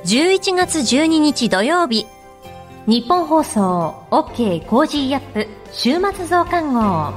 11月12日土曜日、日本放送 OK コージーアップ週末増刊号。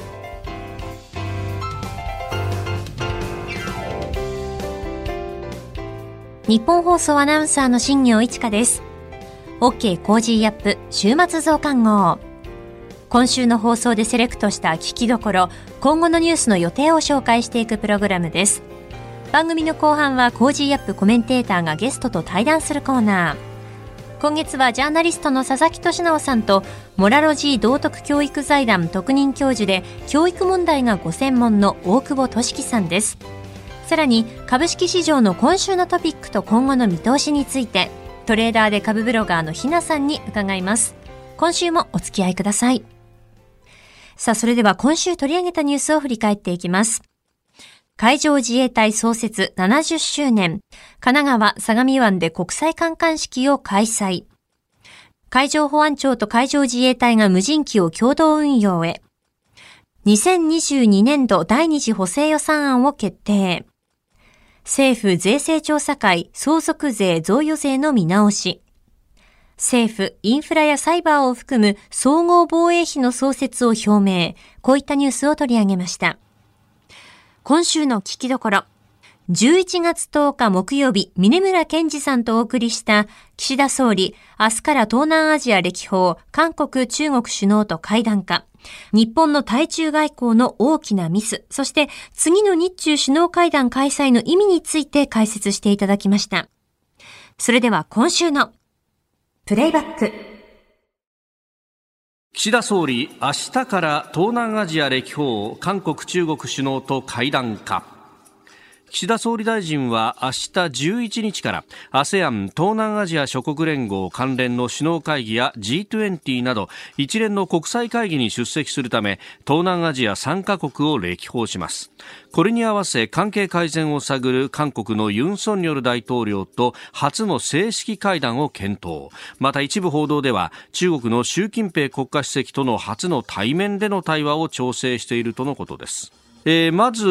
日本放送アナウンサーの新業一華です。 OK コージーアップ週末増刊号。今週の放送でセレクトした聞きどころ、今後のニュースの予定を紹介していくプログラムです。番組の後半はコージーアップコメンテーターがゲストと対談するコーナー。今月はジャーナリストの佐々木俊直さんとモラロジー道徳教育財団特任教授で教育問題がご専門の大久保俊樹さんです。さらに株式市場の今週のトピックと今後の見通しについて、トレーダーで株ブロガーのひなさんに伺います。今週もお付き合いください。さあ、それでは今週取り上げたニュースを振り返っていきます。海上自衛隊創設70周年、神奈川相模湾で国際観艦式を開催。海上保安庁と海上自衛隊が無人機を共同運用へ。2022年度第2次補正予算案を決定。政府税制調査会相続税贈与税の見直し。政府インフラやサイバーを含む総合防衛費の創設を表明。こういったニュースを取り上げました。今週の聞きどころ。11月10日木曜日、峯村健二さんとお送りした岸田総理、明日から東南アジア歴訪、韓国、中国首脳と会談か。日本の対中外交の大きなミス、そして次の日中首脳会談開催の意味について解説していただきました。それでは今週のプレイバック。 岸田総理、明日から東南アジア歴訪、韓国、中国首脳と会談か。岸田総理大臣は明日11日から ASEAN 東南アジア諸国連合関連の首脳会議や G20 など一連の国際会議に出席するため東南アジア3カ国を歴訪します。これに合わせ関係改善を探る韓国のユン・ソンニョル大統領と初の正式会談を検討。また一部報道では中国の習近平国家主席との初の対面での対話を調整しているとのことです。まず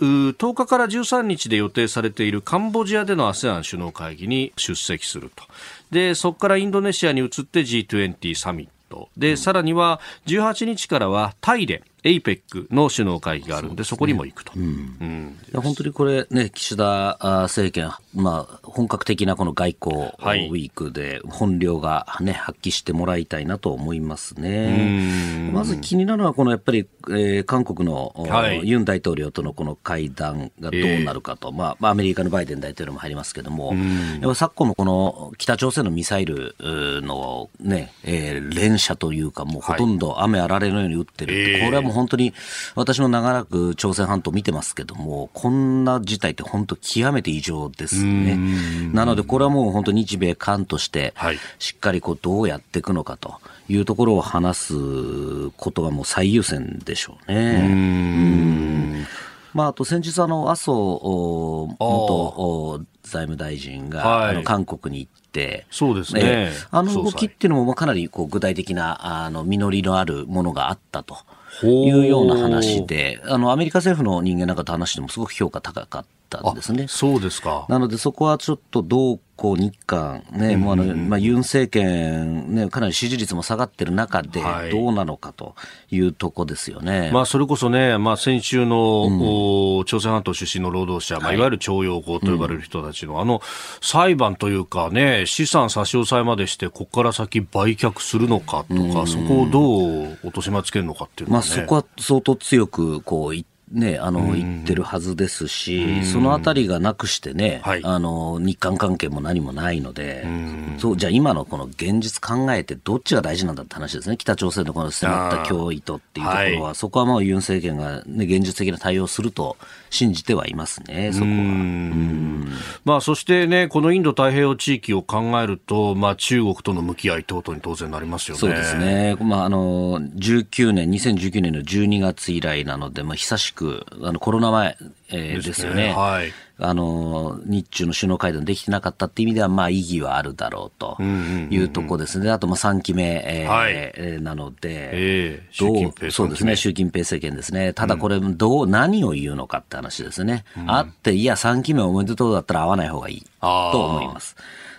10日から13日で予定されているカンボジアでの ASEAN 首脳会議に出席すると。で、そこからインドネシアに移って G20 サミットで、さらには18日からはタイでAPEC の首脳会議があるんで、そこにも行くと。 いや本当にこれね、岸田政権、本格的なこの外交ウィークで本領がね、発揮してもらいたいなと思いますね。まず気になるのはこのやっぱり、韓国の、ユン大統領とのこの会談がどうなるかと、アメリカのバイデン大統領も入りますけども、やっぱ昨今のこの北朝鮮のミサイルのね、連射というかもうほとんど雨あられのように撃ってるって、これはもう本当に私も長らく朝鮮半島見てますけども、こんな事態って本当極めて異常ですね。なのでこれはもう本当に日米韓としてしっかりこうどうやっていくのかというところを話すことがもう最優先でしょうね。あと先日麻生元財務大臣が、韓国に行って、 そうですね、 動きっていうのもかなりこう具体的な実りのあるものがあったというような話で、アメリカ政府の人間なんかと話してもすごく評価高かったんですね。 そうですか。 なのでそこはちょっとどうこう日韓ね、ユン政権ね、かなり支持率も下がってる中でどうなのかというとこですよね。 それこそね、先週の、朝鮮半島出身の労働者、いわゆる徴用工と呼ばれる人たちの、裁判というかね、資産差し押さえまでしてここから先売却するのかとか、そこをどう落とし前つけるのかっていうのはね、 そこは相当強くこう言ってるはずですし、そのあたりがなくしてね、日韓関係も何もないので、じゃあ今のこの現実考えてどっちが大事なんだって話ですね。北朝鮮のこの迫った脅威とっていうところは、そこはもうユン政権が、ね、現実的な対応をすると信じてはいますね、そこは。 そしてね、このインド太平洋地域を考えると、中国との向き合い等々に当然なりますよね。 そうですね。2019年の12月以来なので、久しくコロナ前、ですよね。日中の首脳会談できてなかったっていう意味では、意義はあるだろうというところですね。あと3期目、なので、そうですね、習近平政権ですね。ただこれ何を言うのかって話ですね。あって、いや3期目おめでとうだったら会わない方がいいと思います。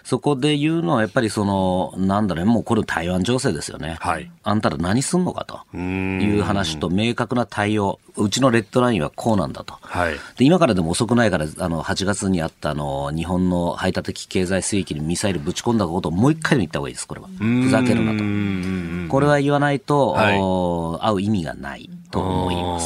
そこで言うのはやっぱりなんだろう、もうこれ台湾情勢ですよね。 はい、 あんたら何すんのかという話と明確な対応、うちのレッドラインはこうなんだと。 はい、 で今からでも遅くないから、8月にあった日本の排他的経済水域にミサイルぶち込んだことをもう一回言った方がいいです。これはふざけるなと。これは言わないと、はい、会う意味がないと思います。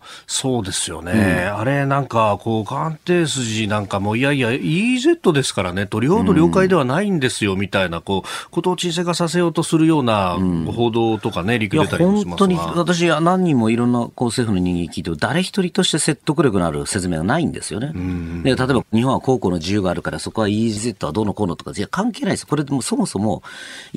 そうですよね、あれなんか艦艇筋なんかもいやいや EEZ ですからねと領土領海ではないんですよみたいなことを小さ化させようとするような報道とかね、リク出たりもしますが、 いや本当に私は何人もいろんな政府の人間聞いても誰一人として説得力のある説明がないんですよね。で例えば日本は航行の自由があるからそこは EEZ はどうのこうのとか、いや関係ないです。これでもそもそも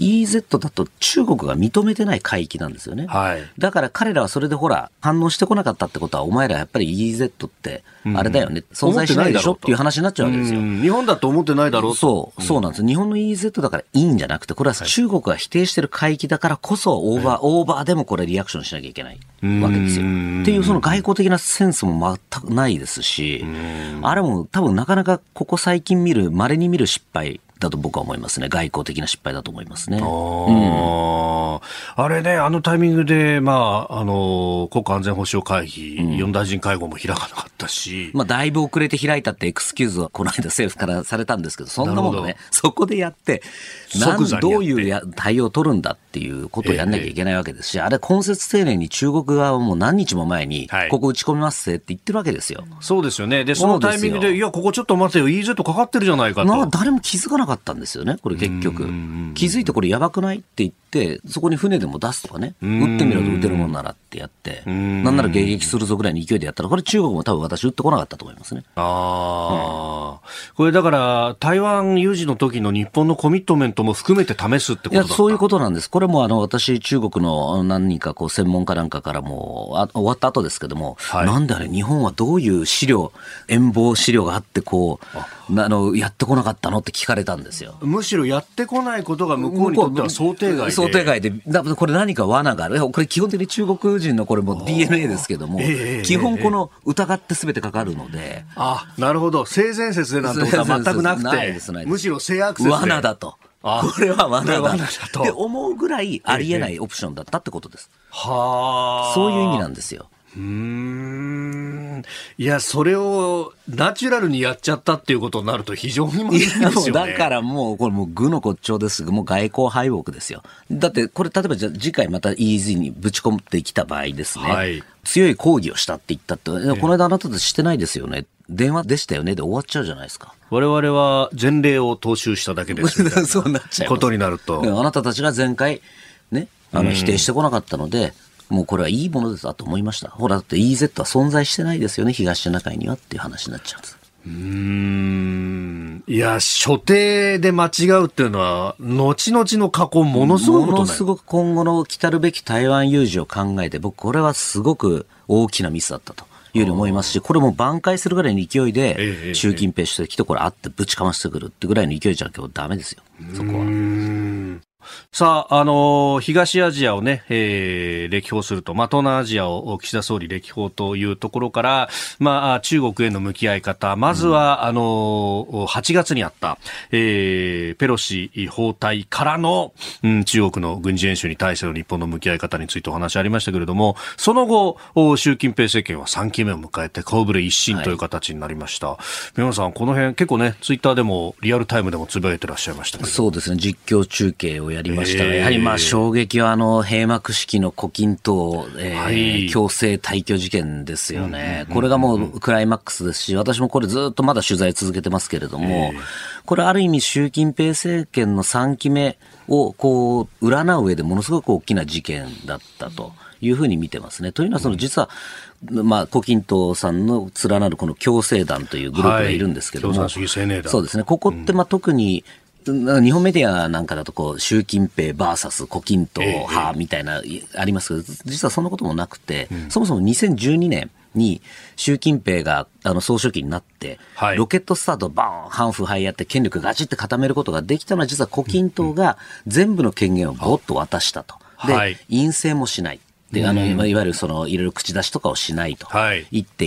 EEZ だと中国が認めてない海域なんですよね、はい、だから彼らはそれでほら反応してこなかったってことは、お前らやっぱり EEZ ってあれだよね、存在しないでしょっていう話になっちゃうわけですよ。 日本だと思ってないだろうと。 そうなんです。日本の EEZ だからいいんじゃなくて、これは中国が否定してる海域だからこそオーバーでもこれリアクションしなきゃいけないわけですよ。っていうその外交的なセンスも全くないですし、あれも多分なかなかここ最近稀に見る失敗だと僕は思いますね。外交的な失敗だと思いますね。 あれね、あのタイミングで、国家安全保障会議、4大臣会合も開かなかったし、 だいぶ遅れて開いたってエクスキューズはこの間政府からされたんですけど、そんなものね、そこでやってどういう対応を取るんだっていうことをやんなきゃいけないわけですし、あれ根節丁寧に中国側はもう何日も前に、ここ打ち込みますって言ってるわけですよ。 そうですよね。でそのタイミングでいやここちょっと待てよ EEZ かかってるじゃないかと、 誰も気づかなかったんですよね。これ結局気づいてこれやばくないって言ってそこに船でも出すとかね、撃ってみろと撃てるもんならってやってなんなら迎撃するぞぐらいの勢いでやったら、これ中国も多分私撃ってこなかったと思いますね。 これだから台湾有事の時の日本のコミットメントも含めて試すってことだった。 いやそういうことなんです。これも私中国の何人か専門家なんかからも終わった後ですけども、なんであれ日本はどういう演望資料があってやってこなかったのって聞かれたんですよ。 むしろやってこないことが向こうにとっては想定外でこれ何か罠がある。これ基本的に中国人のこれも DNA ですけども、基本この疑って全てかかるので、 なるほど。性善説でなんてことは全くなくてむしろ性悪説で罠だと、これは罠だって思うぐらいありえないオプションだったってことです。そういう意味なんですよ。 いやそれをナチュラルにやっちゃったっていうことになると非常にまずいですよね。 だからもうこれもう愚の骨頂ですが、もう外交敗北ですよ。だってこれ例えば次回また EEZ にぶち込んできた場合ですね、強い抗議をしたって言ったって、この間あなたたちしてないですよね、電話でしたよねで終わっちゃうじゃないですか。 我々は前例を踏襲しただけですみたいなそうなっちゃいますことになると、 あなたたちが前回ね否定してこなかったので、もうこれはいいものだと思いました。ほらだって EEZ は存在してないですよね、東シナ海にはっていう話になっちゃうんです。 いや所定で間違うっていうのは後々の過去ものすごくものすごく今後の来たるべき台湾有事を考えて、僕これはすごく大きなミスだったというふうに思いますし、これも挽回するぐらいの勢いで習近平主席とこれ会ってぶちかましてくるってぐらいの勢いじゃ今日ダメですよ、そこは。 さあ、東アジアをね、歴訪すると、東南アジアを岸田総理歴訪というところから、中国への向き合い方、まずは、8月にあった、ペロシ訪台からの、中国の軍事演習に対しての日本の向き合い方についてお話ありましたけれども、その後、習近平政権は3期目を迎えて、顔ぶれ一新という形になりました。宮本さん、この辺結構ね、ツイッターでもリアルタイムでもつぶやいてらっしゃいましたけど。 そうですね、実況中継をやりましたが、やはり衝撃は閉幕式の胡錦涛、強制退去事件ですよね。これがもうクライマックスですし、私もこれずっとまだ取材続けてますけれども、これある意味習近平政権の3期目を占う上でものすごく大きな事件だったというふうに見てますね。というのは実は胡錦涛さんの連なるこの共青団というグループがいるんですけども、 共産主義青年団、 そうですね、ここって特に日本メディアなんかだと習近平 VS 胡錦涛派みたいなありますけど、実はそんなこともなくて、そもそも2012年に習近平が総書記になって、ロケットスタートバーン反腐敗やって権力ガチって固めることができたのは、実は胡錦涛が全部の権限をボッと渡したと。で、陰性もしないで、いわゆるいろいろ口出しとかをしないと言っていた。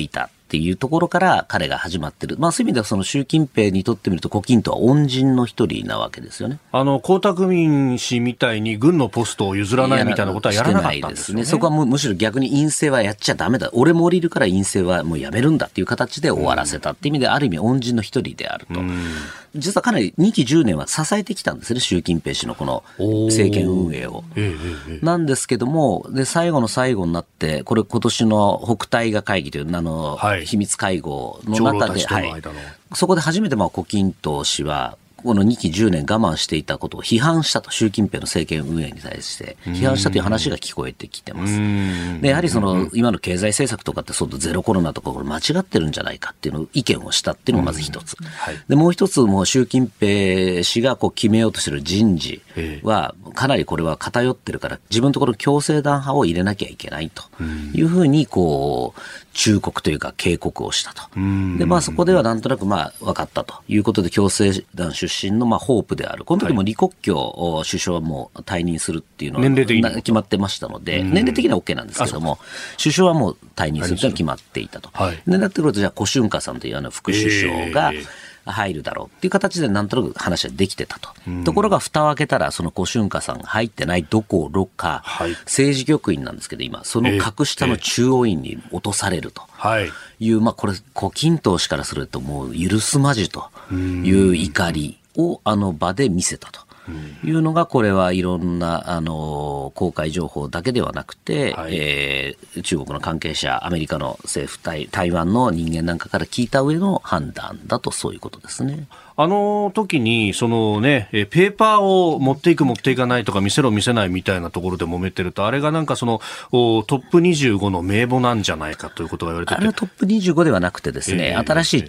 っていうところから彼が始まってる。まあそういう意味ではその習近平にとってみると胡錦涛は恩人の一人なわけですよね。 江沢民氏みたいに軍のポストを譲らないみたいなことはやらなかったんですよね。 そこはむしろ逆に院政はやっちゃダメだ。俺も降りるから院政はもうやめるんだっていう形で終わらせたっていう意味である意味恩人の一人であると。実はかなり2期10年は支えてきたんですね、習近平氏のこの政権運営を。なんですけども、で、最後の最後になって、これ今年の北戴河会議という秘密会合の中で、そこで初めて胡錦涛氏は、この2期10年我慢していたことを批判したと、習近平の政権運営に対して批判したという話が聞こえてきてます。で、やはり今の経済政策とかってゼロコロナとかこれ間違ってるんじゃないかっていうのを意見をしたっていうのがまず一つ。で、もう一つもう習近平氏が決めようとしている人事はかなりこれは偏ってるから自分のところ共青団派を入れなきゃいけないというふうに忠告というか警告をしたと。で、そこではなんとなく分かったということで共青団出身のホープである。この時も李克強首相はもう退任するっていうのが決まってましたので、年齢的には OK なんですけども、首相はもう退任するというのが決まっていたと。で、なってくるとじゃあ胡春華さんという副首相が入るだろうっていう形でなんとなく話はできてたと。ところが蓋を開けたらその胡春華さんが入ってないどころか、政治局員なんですけど今その格下の中央委員に落とされるという、これ胡錦涛氏からするともう許すまじという怒りをあの場で見せたというのが、これはいろんな公開情報だけではなくて、中国の関係者、アメリカの政府、台湾の人間なんかから聞いた上の判断だと、そういうことですね。 あの時にペーパーを持っていく持っていかないとか見せろ見せないみたいなところで揉めてると、あれがなんかトップ25の名簿なんじゃないかということが言われてて、 あれはトップ25ではなくてですね、新しい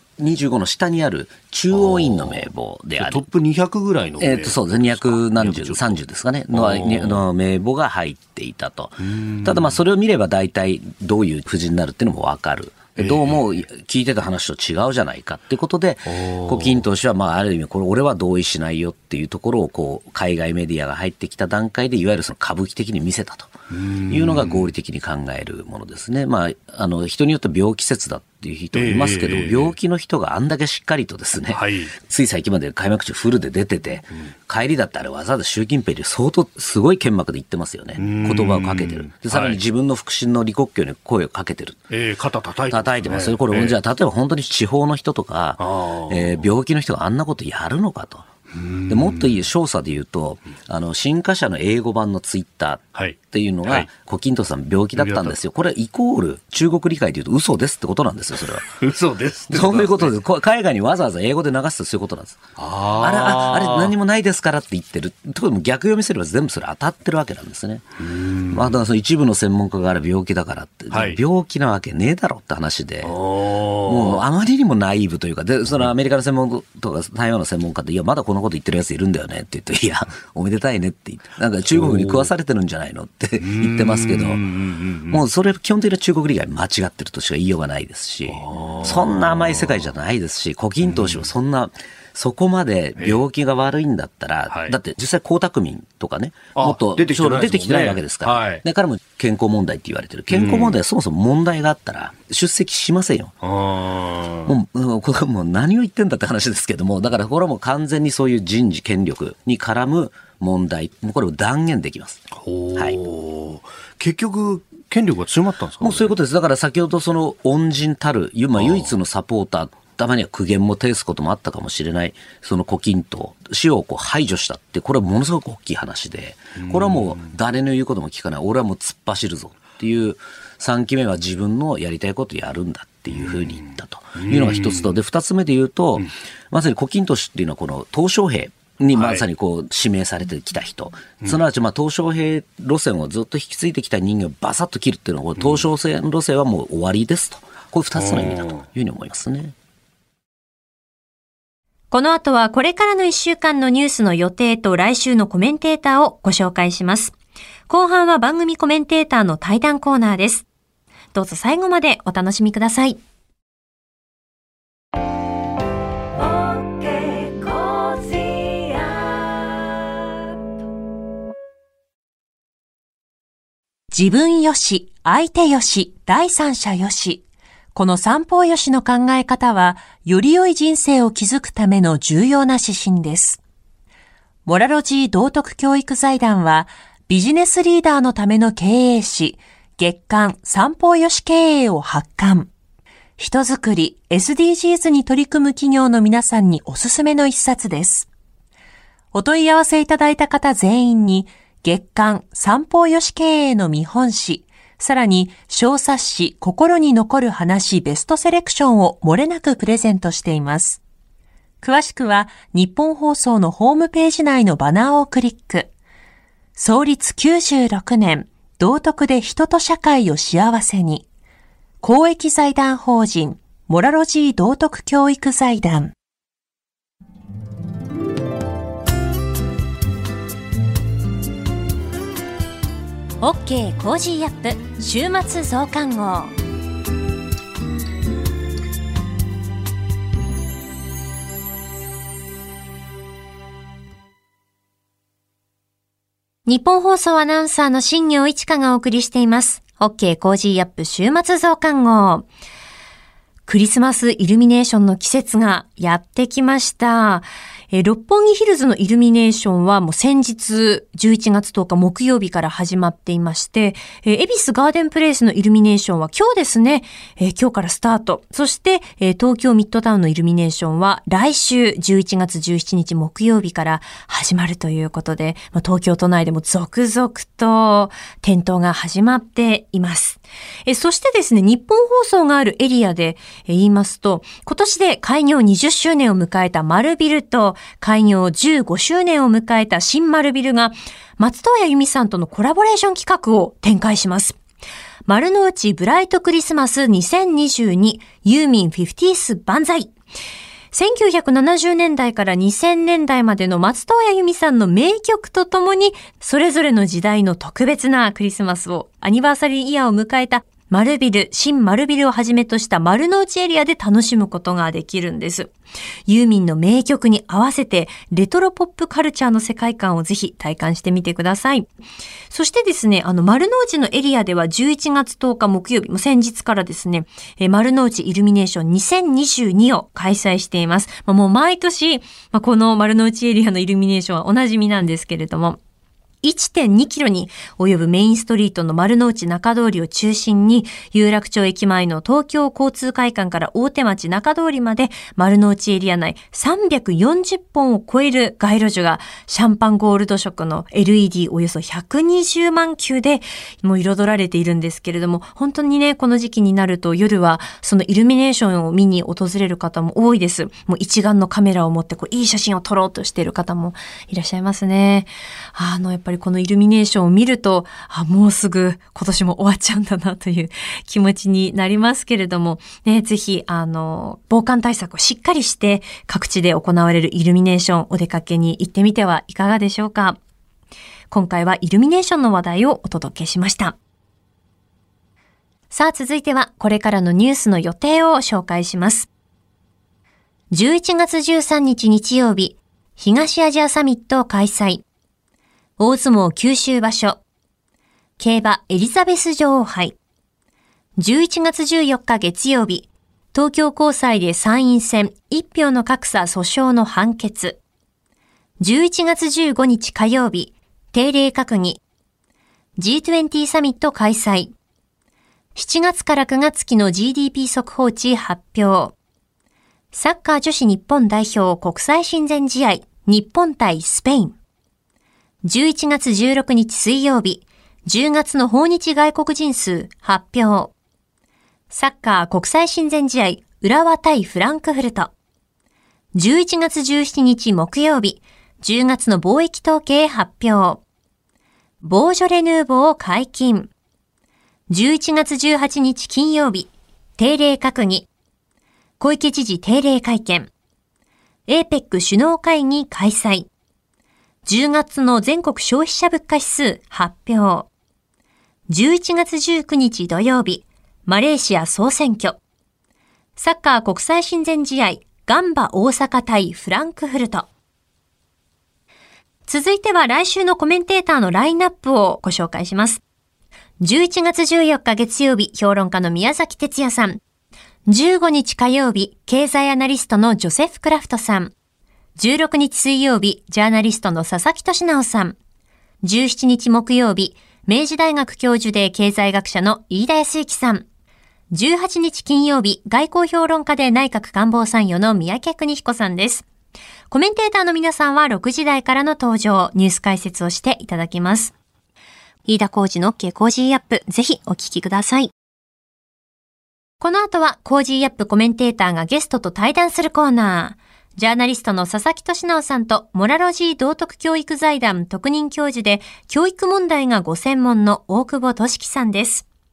25の下にある中央委員の名簿である。 トップ200ぐらいの名簿。 そうですね、200何十、30ですかね、の名簿が入っていたと。ただそれを見れば大体どういう布陣になるっていうのもわかる。どうも聞いてた話と違うじゃないかっていうことで、胡錦涛氏はある意味これ俺は同意しないよっていうところを海外メディアが入ってきた段階でいわゆる歌舞伎的に見せたというのが合理的に考えるものですね。人によって病気説だっていう人いますけど、病気の人があんだけしっかりとですね、つい最近まで開幕中フルで出てて、帰りだってあれわざわざ習近平に相当すごい剣幕で言ってますよね。言葉をかけてる。でさらに自分の腹心の李克強に声をかけてる。 肩叩いてます。 これじゃあ例えば本当に地方の人とか、病気の人があんなことやるのかと。でもっといい調査で言うと、新華社の英語版のツイッターっていうのが、胡錦涛さん病気だったんですよ。これイコール中国理解で言うと嘘ですってことなんですよ、それは。 嘘ですってそういうことです。海外にわざわざ英語で流すとそういうことなんです。あれ何もないですからって言ってる。ところでも逆読みすれば全部それ当たってるわけなんですね。だからその一部の専門家があれ病気だからって、病気なわけねえだろって話で、もうあまりにもナイーブというか、で、そのアメリカの専門家とか台湾の専門家って、いや、まだこのこと言ってるやついるんだよねって言って、いや、おめでたいねって言って、なんか中国に食わされてるんじゃないのって言ってますけど、もうそれ基本的な中国理解間違ってるとしか言いようがないですし、そんな甘い世界じゃないですし、胡錦涛氏はそこまで病気が悪いんだったら、だって実際江沢民とかね、もっと出てきてないわけですから、だからも健康問題って言われてる。健康問題はそもそも問題があったら出席しませんよ。これもう何を言ってんだって話ですけども、だからこれはもう完全にそういう人事権力に絡む問題、もうこれを断言できます。 結局権力が強まったんですか？ もうそういうことです。だから先ほど恩人たる、唯一のサポーター、たまには苦言も呈すこともあったかもしれない、その胡錦涛氏を排除したって、これはものすごく大きい話で、これはもう誰の言うことも聞かない、俺はもう突っ走るぞっていう、3期目は自分のやりたいことをやるんだっていうふうに言ったというのが一つと、で2つ目で言うと、まさに胡錦涛氏っていうのはこの鄧小平にまさに指名されてきた人、すなわち鄧小平路線をずっと引き継いできた人間をバサッと切るっていうのは、鄧小平路線はもう終わりですと、これ2つの意味だというふうに思いますね。 この後はこれからの1週間のニュースの予定と来週のコメンテーターをご紹介します。後半は番組コメンテーターの対談コーナーです。どうぞ最後までお楽しみください。自分よし、相手よし、第三者よし。 この三方よしの考え方は、より良い人生を築くための重要な指針です。モラロジー道徳教育財団は、ビジネスリーダーのための経営誌、月刊三方よし経営を発刊。人づくり、SDGs に取り組む企業の皆さんにおすすめの一冊です。お問い合わせいただいた方全員に、月刊三方よし経営の見本誌、さらに小冊子心に残る話ベストセレクションを漏れなくプレゼントしています。詳しくは日本放送のホームページ内のバナーをクリック。創立96年、道徳で人と社会を幸せに。公益財団法人モラロジー道徳教育財団。OK コージーアップ週末増刊号。日本放送アナウンサーの新業一華がお送りしています。OK コージーアップ週末増刊号。クリスマスイルミネーションの季節がやってきました。六本木ヒルズのイルミネーションはもう先日11月10日木曜日から始まっていまして、恵比寿ガーデンプレイスのイルミネーションは今日ですね、今日からスタート。そして、東京ミッドタウンのイルミネーションは来週11月17日木曜日から始まるということで、東京都内でも続々と点灯が始まっています。そしてですね、日本放送があるエリアで言いますと、今年で開業20周年を迎えた丸ビルと、開業15周年を迎えた新丸ビルが松任谷由実さんとのコラボレーション企画を展開します。丸の内ブライトクリスマス2022ユーミン 50th 万歳。1970年代から2000年代までの松任谷由実さんの名曲とともに、それぞれの時代の特別なクリスマスを、アニバーサリーイヤーを迎えた丸ビル、新丸ビルをはじめとした丸の内エリアで楽しむことができるんです。ユーミンの名曲に合わせてレトロポップカルチャーの世界観をぜひ体感してみてください。そしてですね、丸の内のエリアでは11月10日木曜日、もう先日からですね、丸の内イルミネーション2022を開催しています。もう毎年、この丸の内エリアのイルミネーションはおなじみなんですけれども、1.2 キロに及ぶメインストリートの丸の内中通りを中心に、有楽町駅前の東京交通会館から大手町中通りまで丸の内エリア内340本を超える街路樹がシャンパンゴールド色の LED およそ120万球でもう彩られているんですけれども、本当にね、この時期になると夜はそのイルミネーションを見に訪れる方も多いです。もう一眼のカメラを持っていい写真を撮ろうとしている方もいらっしゃいますね。やっぱりこのイルミネーションを見ると、もうすぐ今年も終わっちゃうんだなという気持ちになりますけれども、ね、ぜひ、防寒対策をしっかりして各地で行われるイルミネーションお出かけに行ってみてはいかがでしょうか。今回はイルミネーションの話題をお届けしました。さあ続いてはこれからのニュースの予定を紹介します。11月13日日曜日、東アジアサミットを開催。大相撲九州場所。競馬エリザベス女王杯。11月14日月曜日、東京高裁で参院選1票の格差訴訟の判決。11月15日火曜日、定例閣議。G20 サミット開催。7月から9月期の GDP 速報値発表。サッカー女子日本代表国際親善試合、日本対スペイン。11月16日水曜日、10月の訪日外国人数発表。サッカー国際親善試合、浦和対フランクフルト。11月17日木曜日、10月の貿易統計発表。ボージョレ・ヌーボー解禁。11月18日金曜日、定例閣議。小池知事定例会見。APEC 首脳会議開催。10月の全国消費者物価指数発表。11月19日土曜日、マレーシア総選挙。サッカー国際親善試合、ガンバ大阪対フランクフルト。続いては来週のコメンテーターのラインナップをご紹介します。11月14日月曜日、評論家の宮崎哲也さん。 15日火曜日、経済アナリストのジョセフ・クラフトさん。16日水曜日、ジャーナリストの佐々木俊直さん。17日木曜日、明治大学教授で経済学者の飯田康之さん。18日金曜日、外交評論家で内閣官房参与の三宅邦彦さんです。コメンテーターの皆さんは6時台からの登場、ニュース解説をしていただきます。飯田浩司の OK コージーアップ、ぜひお聞きください。この後はコージーアップコメンテーターがゲストと対談するコーナー。ジャーナリストの佐々木俊直さんとモラロジー道徳教育財団特任教授で教育問題がご専門の大久保俊樹さんです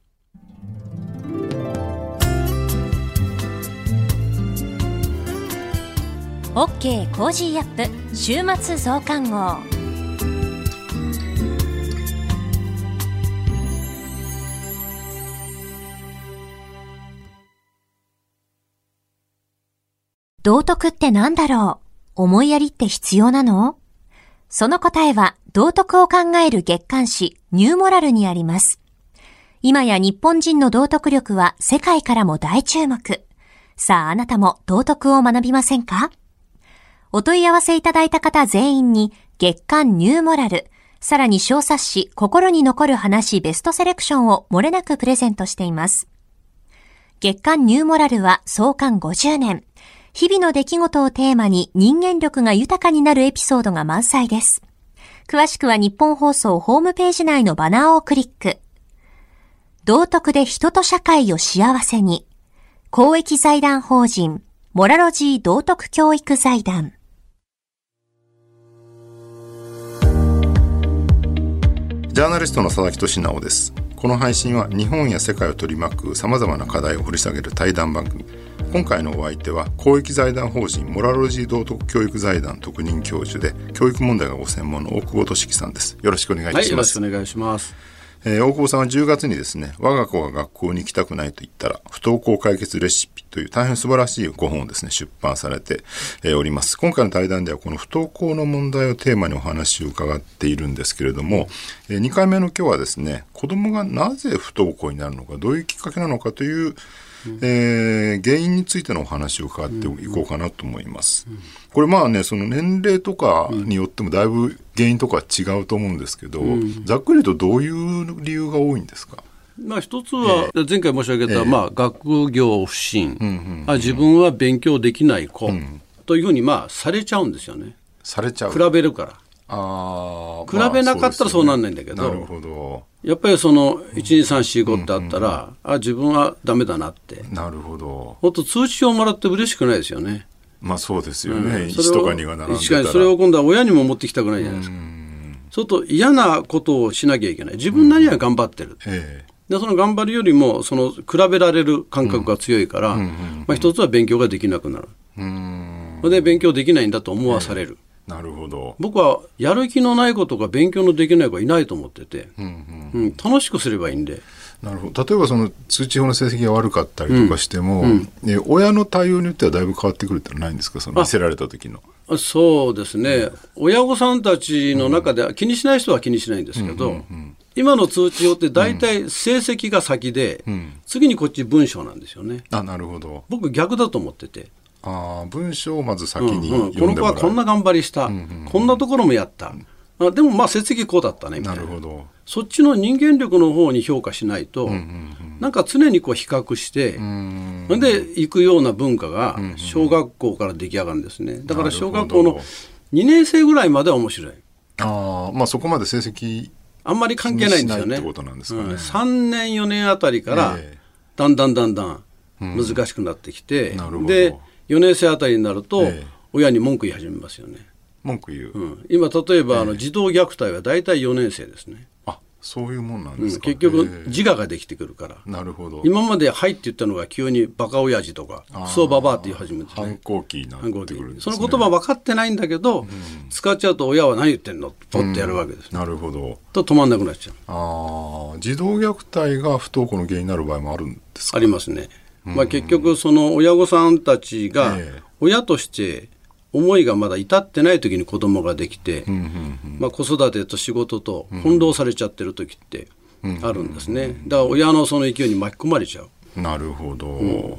。OK コージーアップ週末増刊号。道徳って何だろう？思いやりって必要なの？その答えは道徳を考える月刊誌ニューモラルにあります。今や日本人の道徳力は世界からも大注目。さああなたも道徳を学びませんか？お問い合わせいただいた方全員に月刊ニューモラル、さらに小冊子心に残る話ベストセレクションを漏れなくプレゼントしています。月刊ニューモラルは創刊50年。日々の出来事をテーマに人間力が豊かになるエピソードが満載です。詳しくは日本放送ホームページ内のバナーをクリック。道徳で人と社会を幸せに。公益財団法人モラロジー道徳教育財団。 ジャーナリストの佐々木俊直です。この配信は日本や世界を取り巻く様々な課題を掘り下げる対談番組。今回のお相手は公益財団法人モラロジー道徳教育財団特任教授で教育問題がご専門の大久保俊樹さんです。よろしくお願いします。 はい、よろしくお願いします。 大久保さんは10月にですね、我が子が学校に行きたくないと言ったら不登校解決レシピという大変素晴らしいご本をですね出版されております。今回の対談ではこの不登校の問題をテーマにお話を伺っているんですけれども、2回目の今日はですね、子どもがなぜ不登校になるのか、どういうきっかけなのかという原因についてのお話を伺っていこうかなと思います。これまあね、その年齢とかによってもだいぶ原因とか違うと思うんですけど、ざっくりとどういう理由が多いんですか？ まあ、一つは前回申し上げた、学業不振、自分は勉強できない子、というふうにされちゃうんですよね。 されちゃう。 比べるから。比べなかったらそうなんないんだけど、 なるほど。 やっぱりその 1,2,3,4,5 ってあったら、自分はダメだなって。なるほど。もっと通知をもらって嬉しくないですよね。 まあそうですよね。1とか2が並んでたら。 それを今度は親にも持ってきたくないじゃないですか。そうすると嫌なことをしなきゃいけない。自分なりには頑張ってる。でその頑張るよりもその比べられる感覚が強いから、一つは勉強ができなくなる。で勉強できないんだと思わされる。 なるほど。 僕はやる気のない子とか勉強のできない子はいないと思ってて、楽しくすればいいんで。 なるほど。例えばその通知表の成績が悪かったりとかしても、親の対応によってはだいぶ変わってくるってのはないんですか？その見せられた時の。 そうですね、親御さんたちの中で気にしない人は気にしないんですけど、今の通知表って大体成績が先で、次にこっち文章なんですよね。 なるほど。 僕逆だと思ってて、 文章をまず先に読んでもらう。 この子はこんな頑張りした、こんなところもやった、でも成績こうだったねみたいな。 なるほど。 そっちの人間力の方に評価しないと、なんか常にこう比較して、で行くような文化が小学校から出来上がるんですね。だから小学校の2年生ぐらいまでは面白い。 そこまで成績あんまり関係ないんですよね。 ってことなんですかね。 3年4年あたりからだんだん難しくなってきて、で4年生あたりになると、親に文句言い始めますよね。 文句言う。 今例えば児童虐待は大体4年生ですね。 そういうもんなんですか。 結局自我ができてくるから。 なるほど。 今まではいって言ったのが急にバカ親父とかクソババアって言い始めて、 反抗期になってくるんですね。 その言葉分かってないんだけど、使っちゃうと親は何言ってんのポッてやるわけです、 なるほど。 と止まんなくなっちゃう。 児童虐待が不登校の原因になる場合もあるんですか？ ありますね。結局その親御さんたちが親として思いがまだ至ってない時に子供ができて、子育てと仕事と翻弄されちゃってる時ってあるんですね。だから親のその勢いに巻き込まれちゃう。 なるほど。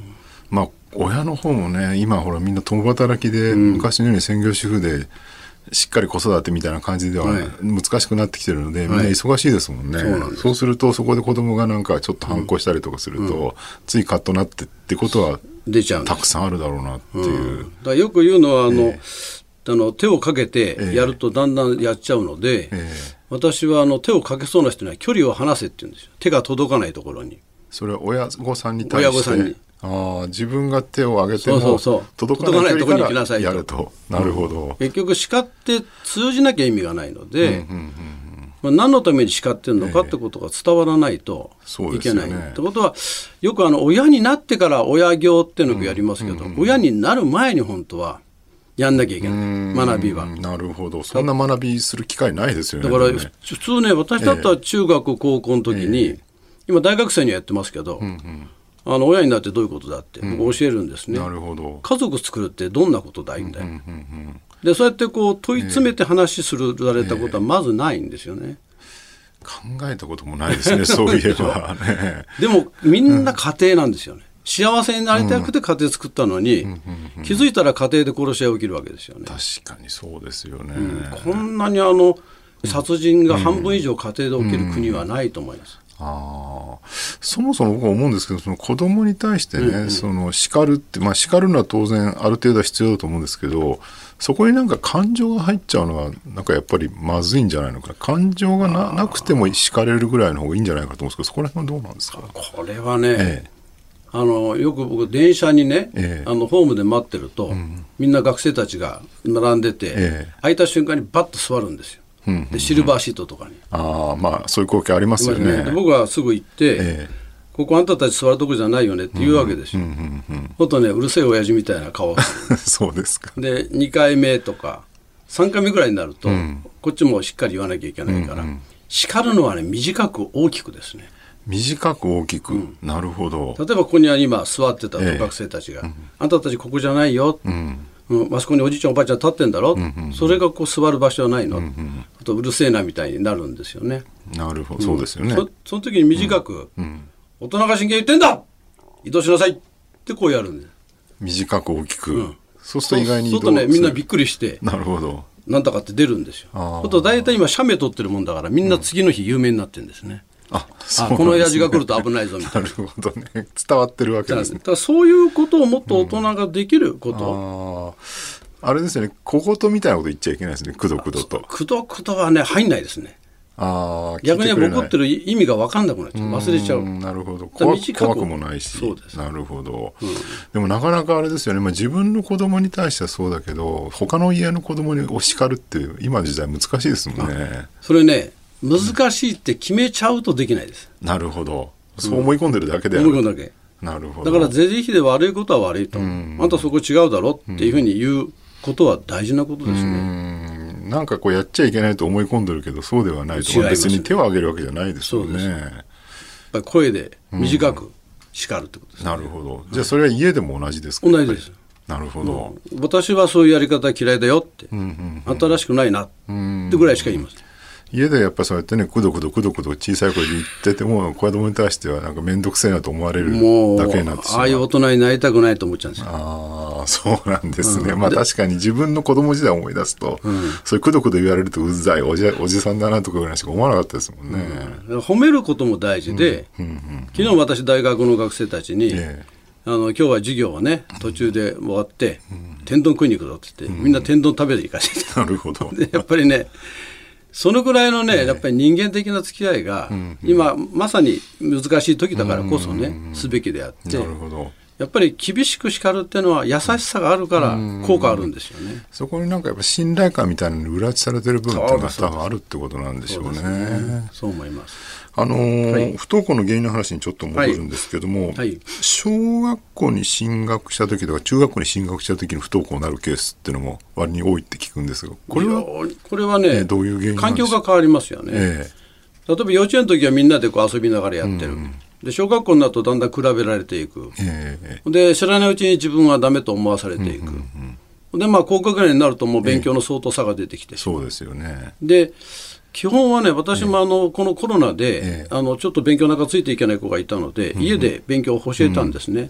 まあ親の方もね、今ほらみんな共働きで、昔のように専業主婦でしっかり子育てみたいな感じでは難しくなってきてるので、みんな忙しいですもんね。そうするとそこで子供がなんかちょっと反抗したりとかすると、ついカッとなってってことは出ちゃうたくさんあるだろうなっていう。 だからよく言うのは手をかけてやるとだんだんやっちゃうので、私は手をかけそうな人には距離を離せって言うんですよ。手が届かないところに。 それは親御さんに対して。親御さんに。自分が手を挙げても届かないところに行きなさいとやると。なるほど。 結局叱って通じなきゃ意味がないので、何のために叱ってるのかってことが伝わらないといけない。ってことはよく親になってから親業っていうのをやりますけど、親になる前に本当はやんなきゃいけない学びは。 なるほど。そんな学びする機会ないですよね。 だから普通ね、私だったら中学高校の時に、今大学生にはやってますけど、親になってどういうことだって僕教えるんですね。 なるほど。 家族作るってどんなことだいんだよ。でそうやってこう問い詰めて話するられたことはまずないんですよね。 考えたこともないですね。そういえばね。 でもみんな家庭なんですよね。幸せになりたくて家庭作ったのに、気づいたら家庭で殺し合い起きるわけですよね。 確かにそうですよね。 こんなに殺人が半分以上家庭で起きる国はないと思います。 そもそも僕は思うんですけど、その子供に対してね、その叱るって、叱るのは当然ある程度は必要だと思うんですけど、そこになんか感情が入っちゃうのはなんかやっぱりまずいんじゃないのか。感情が なくても叱れるぐらいの方がいいんじゃないかと思うんですけど、そこら辺はどうなんですか。 これはね、よく僕電車にね、ホームで待ってると、みんな学生たちが並んでて、空いた瞬間にバッと座るんですよ。でシルバーシートとかに。 そういう光景ありますよね。 で僕はすぐ行って、ここあんたたち座るとこじゃないよねって言うわけですよ。ほんとね、うるせえ親父みたいな顔そうですか。 で2回目とか3回目ぐらいになると、こっちもしっかり言わなきゃいけないから、叱るのはね、短く大きくですね。 短く大きく、なるほど。 例えばここには今座ってた学生たちが、あんたたちここじゃないよ、あそこにおじいちゃんおばあちゃん立ってんだろ、それがこう座る場所はないの、あとうるせえなみたいになるんですよね。 なるほど、そうですよね。 その時に短く、大人が真剣言ってんだ、移動しなさいってこうやるんです。 短く大きく、そうすると意外に移動そうするとね、みんなびっくりして、 なるほど、 なんだかって出るんですよ。あと大体今写メ撮ってるもんだから、みんな次の日有名になってるんですね。この親父が来ると危ないぞみたいな。 なるほどね。伝わってるわけですね。 だからそういうことをもっと大人ができること。 あれですよね。小言みたいなこと言っちゃいけないですね。くどくどと。 くどくどはね、入んないですね。逆に怒ってる意味が分かんなくなっちゃう。忘れちゃう。 なるほど。怖くもないし。 そうです。 なるほど。でもなかなかあれですよね。自分の子供に対してはそうだけど、他の家の子供にお叱るって今の時代難しいですもんね。 それね、難しいって決めちゃうとできないです。 なるほど。そう思い込んでるだけである。 思い込んだだけ。 なるほど。 だから是々非で悪いことは悪いと。あんたそこ違うだろっていうふうに言うことは大事なことですね。 なんかこうやっちゃいけないと思い込んでるけど、そうではないと。別に手を挙げるわけじゃないですよね。やっぱり声で短く叱るってことですね。 なるほど。じゃあそれは家でも同じですか。 同じです。 なるほど。 私はそういうやり方嫌いだよって、あんたらしくないなってぐらいしか言いません。 家でやっぱそうやってね、くどくど小さい声で言ってても、子供に対してはなんか面倒くせえなと思われるだけになってしまう。 ああいう大人になりたくないと思っちゃうんですよ。 そうなんですね。確かに自分の子供時代を思い出すと、そういうくどくど言われるとうざいおじさんだなとかぐらいしか思わなかったですもんね。 褒めることも大事で、昨日私大学の学生たちに、今日は授業はね、途中で終わって、天丼食いに行くぞって言って、みんな天丼食べて行かせて。 なるほど。 でやっぱりね、そのぐらいのね、やっぱり人間的な付き合いが、今まさに難しい時だからこそね、すべきであって、 なるほど。 やっぱり厳しく叱るっていうのは優しさがあるから効果あるんですよね。 そこになんかやっぱ信頼感みたいなのに裏打ちされてる部分っていうのが多分あるってことなんでしょうね。 そう思います。 不登校の原因の話にちょっと戻るんですけども、小学校に進学した時とか中学校に進学した時に不登校になるケースっていうのも割に多いって聞くんですが、これはね、どういう原因なんですか。環境が変わりますよね。例えば幼稚園の時はみんなでこう遊びながらやってる。で小学校になるとだんだん比べられていく。で知らないうちに自分はダメと思わされていく。で高校ぐらいになるともう勉強の相当差が出てきて、 そうですよね。 で基本はね、私もこのコロナで、ちょっと勉強なんかついていけない子がいたので、家で勉強を教えたんですね。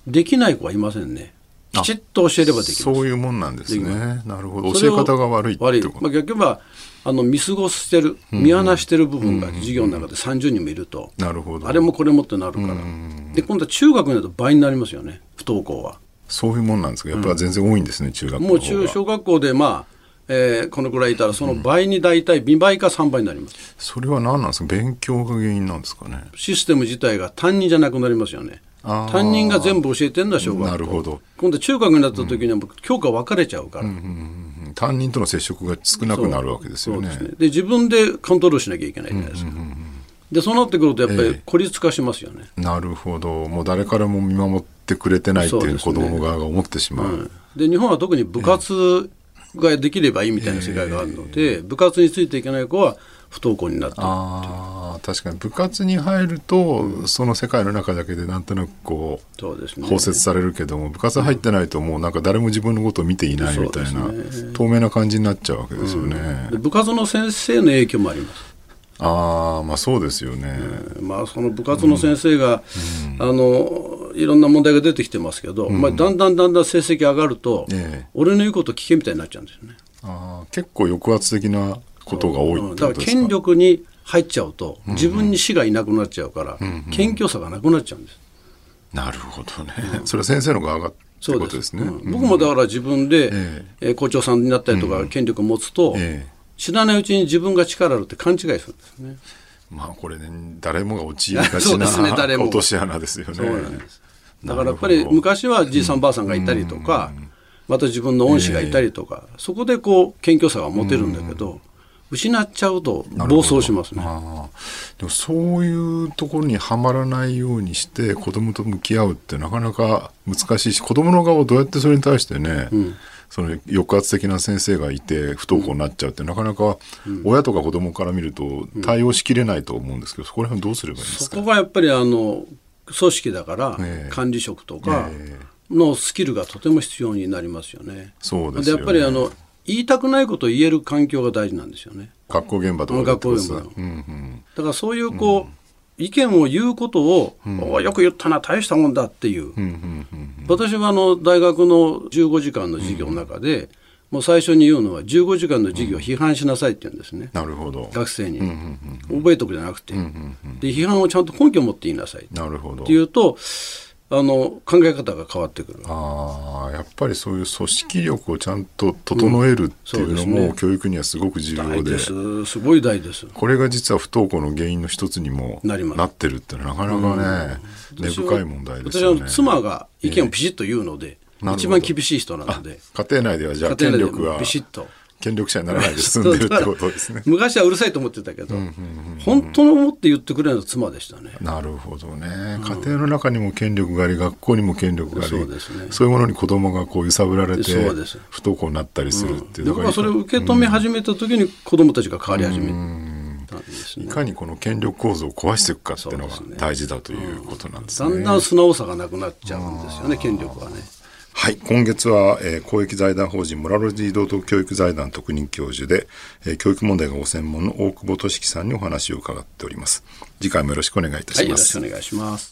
できない子はいませんね。きちっと教えればできます。 そういうもんなんですね。なるほど。教え方が悪いってこと。 逆に言えば見過ごしてる、見放してる部分が授業の中で30人もいると、 なるほど。 あれもこれもってなるから、で今度は中学になると倍になりますよね、不登校は。 そういうもんなんですか。やっぱり全然多いんですね、中学校の方が。 もう小学校でこのぐらいいたらその倍に大体2倍か3倍になります。 それは何なんですか。勉強が原因なんですかね。 システム自体が担任じゃなくなりますよね。担任が全部教えてるのは小学校。 なるほど。 今度中学になった時には教科分かれちゃうから、 担任との接触が少なくなるわけですよね。 そうですね。で自分でコントロールしなきゃいけないじゃないですか。でそうなってくるとやっぱり孤立化しますよね。 なるほど。もう誰からも見守ってくれてないっていう子供側が思ってしまう。 で日本は特に部活ができればいいみたいな世界があるので、部活についていけない子は不登校になっている確かに部活に入ると、その世界の中だけでなんとなくそうですね、包摂されるけども、部活入ってないともうなんか誰も自分のことを見ていないみたいな、透明な感じになっちゃうわけですよね。 で部活の先生の影響もあります。 そうですよね。 その部活の先生が、いろんな問題が出てきてますけど、だんだん成績上がると、俺の言うこと聞けみたいになっちゃうんですよね。 結構抑圧的なことが多いってことですか。 だから権力に入っちゃうと自分に師がいなくなっちゃうから、謙虚さがなくなっちゃうんです。 なるほどね。それは先生の側がってことですね。 僕もだから自分で、校長さんになったりとか、権力を持つと、知らないうちに自分が力あるって勘違いするんですね。 これね、誰もが陥りがちな落とし穴ですよね。そうなんです。 だからやっぱり昔はじいさんばあさんがいたりとか、また自分の恩師がいたりとか、そこで謙虚さが持てるんだけど、失っちゃうと暴走しますね。 でもそういうところにはまらないようにして子供と向き合うってなかなか難しいし、子供の側はどうやってそれに対してね、その抑圧的な先生がいて不登校になっちゃうってなかなか親とか子供から見ると対応しきれないと思うんですけど、そこら辺どうすればいいんですか。 そこがやっぱり組織だから管理職とかのスキルがとても必要になりますよね。 そうですよね。 でやっぱり言いたくないことを言える環境が大事なんですよね。 学校現場とか学校現場だからそういう意見を言うことを、よく言ったな、大したもんだっていう、私は大学の15時間の授業の中で、もう最初に言うのは15時間の授業を批判しなさいって言うんですね。 なるほど。 学生に、覚えておくじゃなくて、で批判をちゃんと根拠を持って言いなさいっていうと、考え方が変わってくる。 やっぱりそういう組織力をちゃんと整えるっていうのも、教育にはすごく重要で、 すごい大事です。 これが実は不登校の原因の一つにもなってるってなかなかね、根深い問題ですよね。 私は妻が意見をピシッと言うので、一番厳しい人なので、 家庭内ではじゃあ権力がビシッと権力者にならないで済んでるってことですね。 昔はうるさいと思ってたけど、本当の思って言ってくれるのは妻でしたね。 なるほどね。家庭の中にも権力があり、学校にも権力があり、そういうものに子供が揺さぶられて不登校になったりするっていう。 だからそれを受け止め始めた時に子供たちが変わり始めたんですね。 いかにこの権力構造を壊していくかっていうのが大事だということなんですね。 だんだん素直さがなくなっちゃうんですよね、権力はね。 はい、今月は、公益財団法人モラル児童等教育財団特任教授で、教育問題がご専門の大久保俊樹さんにお話を伺っております。次回もよろしくお願いいたします。 よろしくお願いします。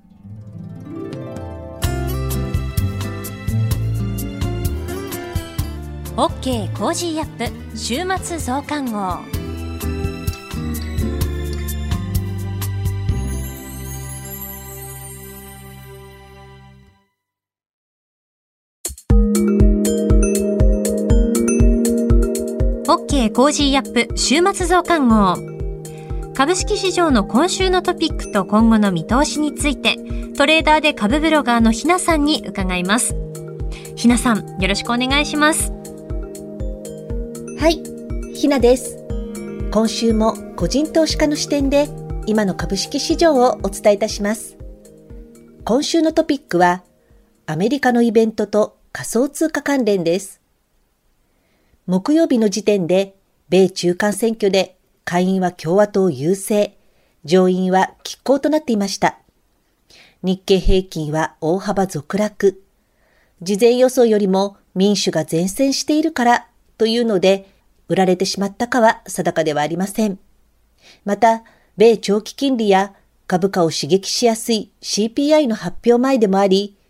OK コージーアップ週末増刊号。OK コージーアップ週末増刊号。株式市場の今週のトピックと今後の見通しについて、トレーダーで株ブロガーのひなさんに伺います。ひなさん、よろしくお願いします。 はい、ひなです。今週も個人投資家の視点で今の株式市場をお伝えいたします。今週のトピックはアメリカのイベントと仮想通貨関連です。木曜日の時点で米中間選挙で下院は共和党優勢、上院は拮抗となっていました。日経平均は大幅続落。事前予想よりも民主が善戦しているからというので、売られてしまったかは定かではありません。また、米長期金利や株価を刺激しやすい CPI の発表前でもあり、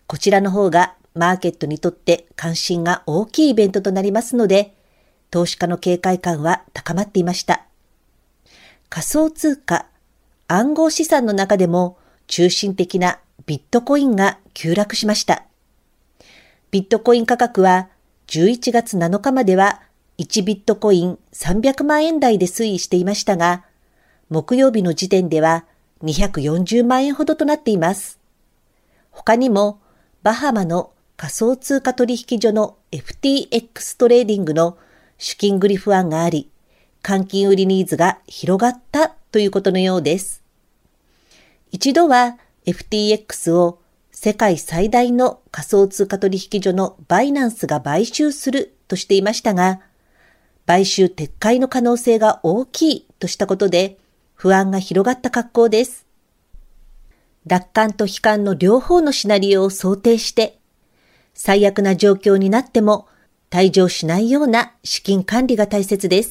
こちらの方がマーケットにとって関心が大きいイベントとなりますので、投資家の警戒感は高まっていました。仮想通貨、暗号資産の中でも中心的なビットコインが急落しました。ビットコイン価格は11月7日までは1ビットコイン300万円台で推移していましたが、木曜日の時点では240万円ほどとなっています。他にもバハマの仮想通貨取引所の FTX トレーディングの資金繰り不安があり、換金売りニーズが広がったということのようです。一度は FTX を世界最大の仮想通貨取引所のバイナンスが買収するとしていましたが、買収撤回の可能性が大きいとしたことで不安が広がった格好です。楽観と悲観の両方のシナリオを想定して、最悪な状況になっても退場しないような資金管理が大切です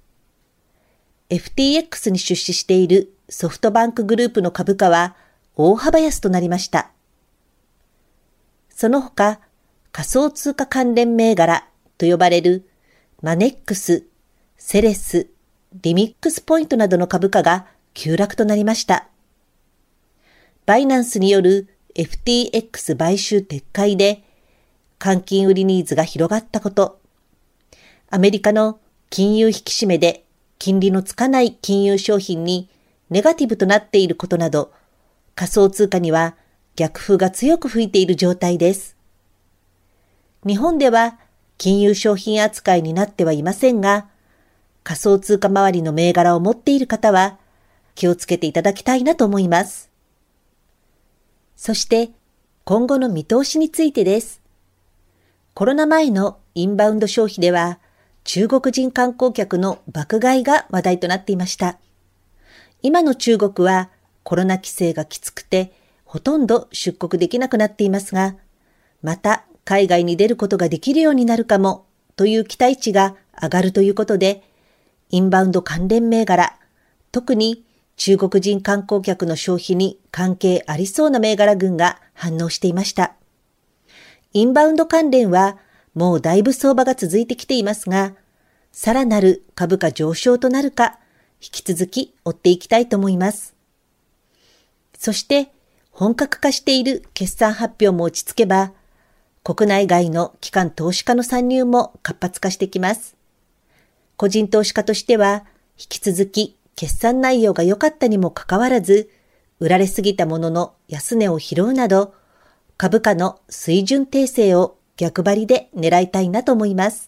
。FTX に出資しているソフトバンクグループの株価は大幅安となりました。その他、仮想通貨関連銘柄と呼ばれるマネックス、セレス、リミックスポイントなどの株価が急落となりました。バイナンスによる FTX 買収撤回で換金売りニーズが広がったこと、アメリカの金融引き締めで金利のつかない金融商品にネガティブとなっていることなど、仮想通貨には逆風が強く吹いている状態です。日本では金融商品扱いになってはいませんが、仮想通貨周りの銘柄を持っている方は気をつけていただきたいなと思います。そして今後の見通しについてです。コロナ前のインバウンド消費では中国人観光客の爆買いが話題となっていました。今の中国はコロナ規制がきつくてほとんど出国できなくなっていますが、また海外に出ることができるようになるかもという期待値が上がるということで、インバウンド関連銘柄、特に中国人観光客の消費に関係ありそうな銘柄群が反応していました。インバウンド関連はもうだいぶ相場が続いてきていますが、さらなる株価上昇となるか、引き続き追っていきたいと思います。そして本格化している決算発表も落ち着けば、国内外の機関投資家の参入も活発化してきます。個人投資家としては、引き続き決算内容が良かったにもかかわらず、売られすぎたものの安値を拾うなど、株価の水準訂正を逆張りで狙いたいなと思います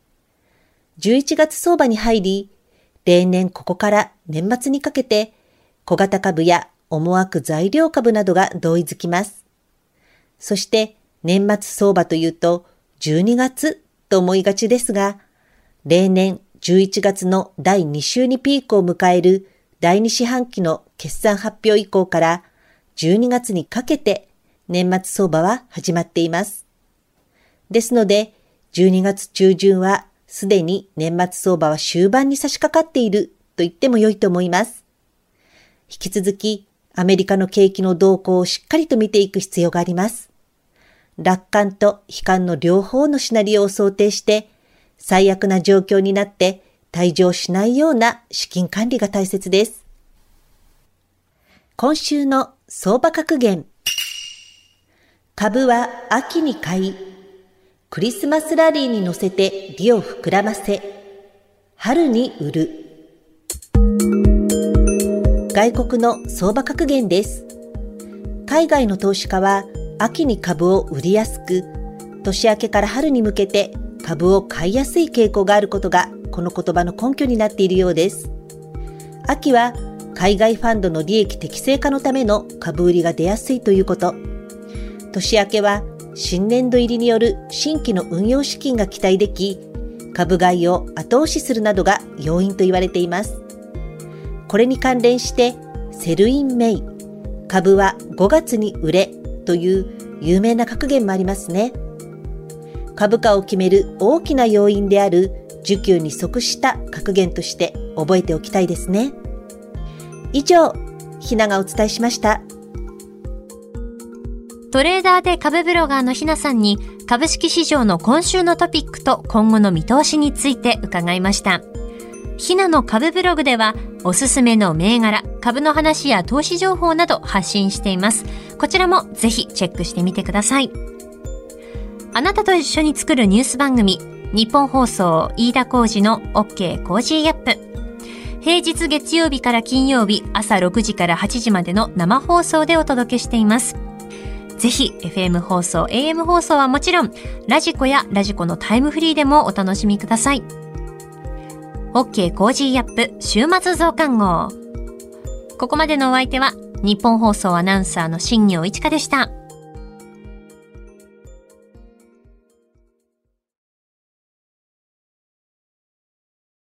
。11月相場に入り、例年ここから年末にかけて、小型株や思惑材料株などが同意づきます。そして年末相場というと12月と思いがちですが、例年11月の第2週にピークを迎える第2四半期の決算発表以降から12月にかけて年末相場は始まっています。ですので12月中旬はすでに年末相場は終盤に差し掛かっていると言っても良いと思います。引き続きアメリカの景気の動向をしっかりと見ていく必要があります。楽観と悲観の両方のシナリオを想定して最悪な状況になって退場しないような資金管理が大切です。今週の相場格言。株は秋に買い、クリスマスラリーに乗せて利を膨らませ、春に売る。外国の相場格言です。海外の投資家は秋に株を売りやすく、年明けから春に向けて株を買いやすい傾向があることがこの言葉の根拠になっているようです。秋は海外ファンドの利益適正化のための株売りが出やすいということ。年明けは新年度入りによる新規の運用資金が期待でき、株買いを後押しするなどが要因と言われています。これに関連してセルインメイ、株は5月に売れという有名な格言もありますね。株価を決める大きな要因である需給に即した格言として覚えておきたいですね。以上、ひながお伝えしました。 トレーダーで株ブロガーのひなさんに株式市場の今週のトピックと今後の見通しについて伺いました。ひなの株ブログではおすすめの銘柄、株の話や投資情報など発信しています。こちらもぜひチェックしてみてください。あなたと一緒に作るニュース番組、日本放送飯田浩司の OK コージーアップ。平日月曜日から金曜日朝6時から8時までの生放送でお届けしています。ぜひ FM 放送、AM 放送はもちろん、ラジコやラジコのタイムフリーでもお楽しみください。OK コージーアップ週末増刊号。ここまでのお相手は日本放送アナウンサーの新業一華でした。